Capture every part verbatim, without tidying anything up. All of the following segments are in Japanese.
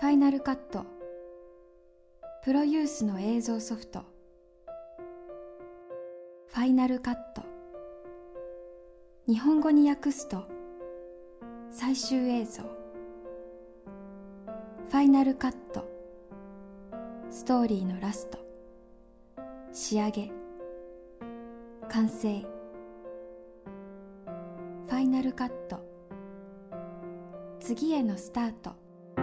ファイナルカット、プロユースの映像ソフト。ファイナルカット、日本語に訳すと最終映像。ファイナルカット、ストーリーのラスト、仕上げ、完成。ファイナルカット、次へのスタート。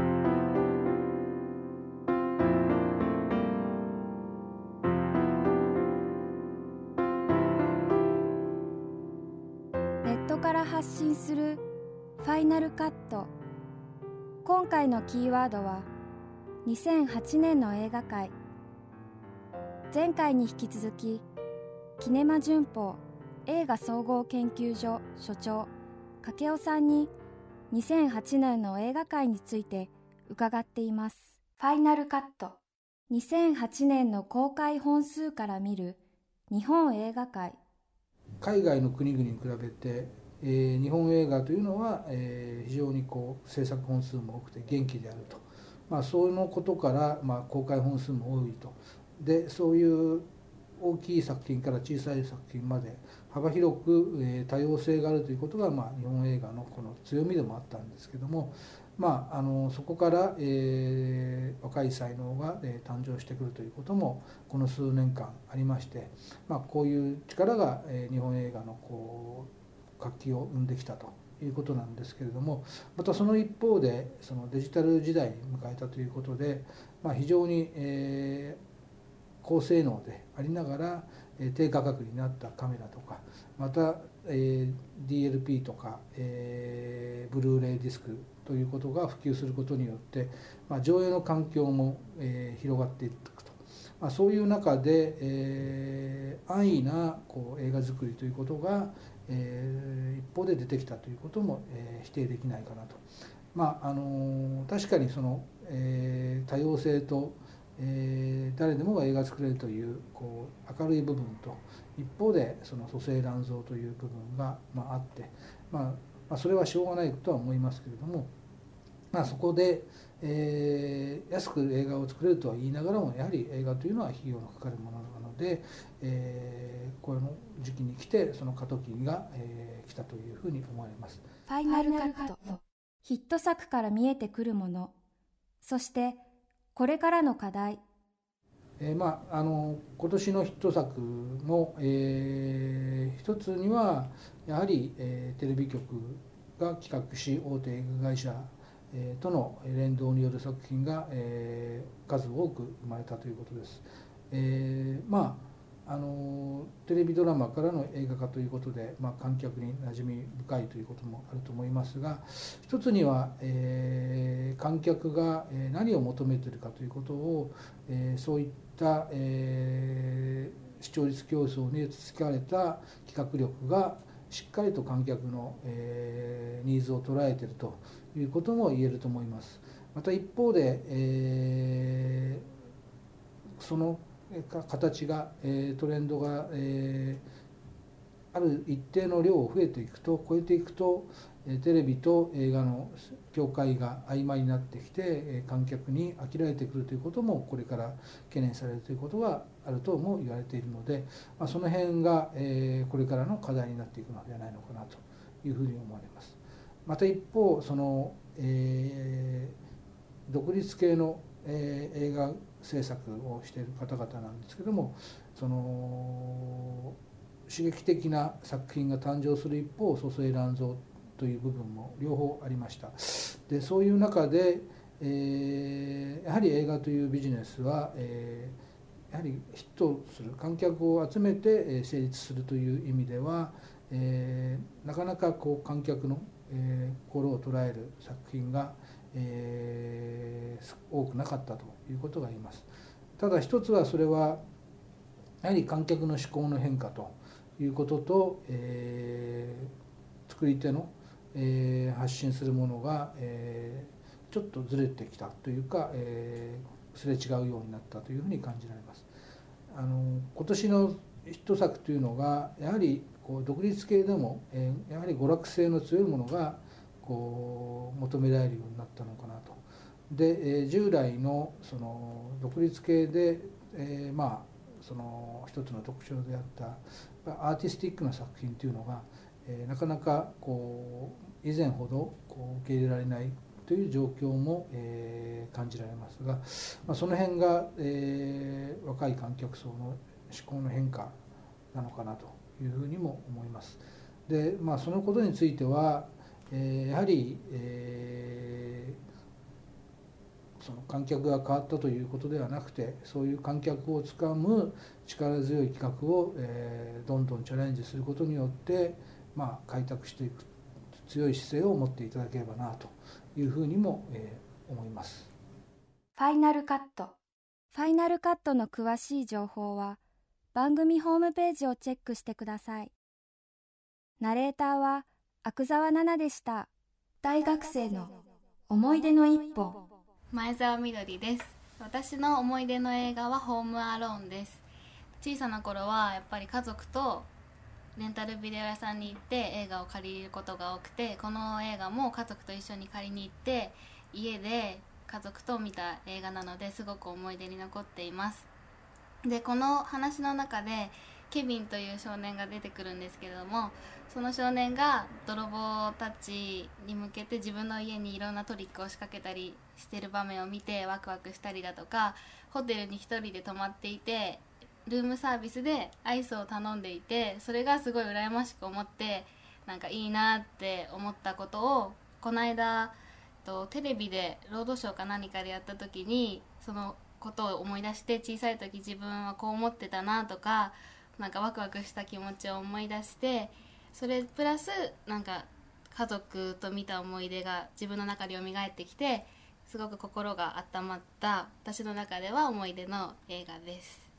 ネットから発信するファイナルカット。今回のキーワードはにせんはちねんの映画界。前回に引き続きキネマ旬報映画総合研究所所長掛尾さんににせんはちねんの映画界について伺っています。ファイナルカット、にせんはちねんの公開本数から見る日本映画界。 海外の国々に比べて、えー、日本映画というのは、えー、非常にこう制作本数も多くて元気であると、まあ、そのことから、まあ、公開本数も多いと。でそういう大きい作品から小さい作品まで幅広く、えー、多様性があるということが、まあ、日本映画のこの強みでもあったんですけども、まあ、あのそこから、えー、若い才能が、えー、誕生してくるということもこの数年間ありまして、まあ、こういう力が、えー、日本映画のこう活気を生んできたということなんですけれども、またその一方でそのデジタル時代に迎えたということで、まあ、非常に、えー高性能でありながら低価格になったカメラとか、また ディーエルピー とかブルーレイディスクということが普及することによって、まあ、上映の環境も広がっていくと、まあ、そういう中で、えー、安易なこう映画作りということが、えー、一方で出てきたということも、えー、否定できないかなと。まああのー、確かにその、えー、多様性とえー、誰でもが映画作れるという、こう明るい部分と、一方でその粗製乱造という部分が、まあ、あって、まあ、まあそれはしょうがないとは思いますけれども、まあ、そこで、えー、安く映画を作れるとは言いながらも、やはり映画というのは費用のかかるものなので、えー、この時期に来てその過渡期が、えー、来たというふうに思われます。 ファイナルカット、ヒット作から見えてくるもの、そしてこれからの課題。 えーまあ、あの今年のヒット作の、えー、一つにはやはり、えー、テレビ局が企画し大手映画会社、えー、との連動による作品が、えー、数多く生まれたということです。えー、まああのテレビドラマからの映画化ということで、まあ、観客に馴染み深いということもあると思いますが、一つには、えー、観客が何を求めているかということを、えー、そういった、えー、視聴率競争に培われた企画力がしっかりと観客の、えー、ニーズを捉えているということも言えると思います。また一方で、えー、その形が、えー、トレンドが、えー、ある一定の量を増えていくと超えていくと、テレビと映画の境界が曖昧になってきて観客に飽きられてくるということもこれから懸念されるということがあるとも言われているので、まあ、その辺が、えー、これからの課題になっていくのではないのかなというふうに思われます。また一方その、えー、独立系の、えー、映画制作をしている方々なんですけども、その刺激的な作品が誕生する一方粗製乱造という部分も両方ありました。でそういう中で、えー、やはり映画というビジネスは、えー、やはりヒットする観客を集めて成立するという意味では、えー、なかなかこう観客の、えー、心を捉える作品がえー、多くなかったということが言えます。ただ一つはそれはやはり観客の思考の変化ということと、えー、作り手の、えー、発信するものが、えー、ちょっとずれてきたというか、えー、すれ違うようになったというふうに感じられます。あの今年のヒット作というのがやはりこう独立系でも、えー、やはり娯楽性の強いものがこう求められるようになったのかなと。 で、えー、従来のその独立系で、えー、まあその一つの特徴であったアーティスティックな作品というのが、えー、なかなかこう以前ほどこう受け入れられないという状況も、えー、感じられますが、まあ、その辺が、えー、若い観客層の思考の変化なのかなというふうにも思います。で、まあ、そのことについては、えー、やはり、えー、その観客が変わったということではなくて、そういう観客をつかむ力強い企画を、えー、どんどんチャレンジすることによって、まあ、開拓していく強い姿勢を持っていただければなというふうにも、えー、思います。 ファイナルカット。ファイナルカットの詳しい情報は番組ホームページをチェックしてください。ナレーターは阿久澤奈々でした。大学生の思い出の一歩。 前澤みどりです。私の思い出の映画はホームアローンです。小さな頃はやっぱり家族とレンタルビデオ屋さんに行って映画を借りることが多くて、この映画も家族と一緒に借りに行って家で家族と見た映画なので、すごく思い出に残っています。で、この話の中でケビンという少年が出てくるんですけれども、その少年が泥棒たちに向けて自分の家にいろんなトリックを仕掛けたりしてる場面を見てワクワクしたりだとか、ホテルに一人で泊まっていてルームサービスでアイスを頼んでいて、それがすごい羨ましく思って、なんかいいなって思ったことをこの間とテレビでロードショーか何かでやった時に、そのことを思い出して、小さい時自分はこう思ってたなとか、なんかワクワクした気持ちを思い出して、それプラスなんか家族と見た思い出が自分の中で蘇ってきて、すごく心が温まった私の中では思い出の映画です。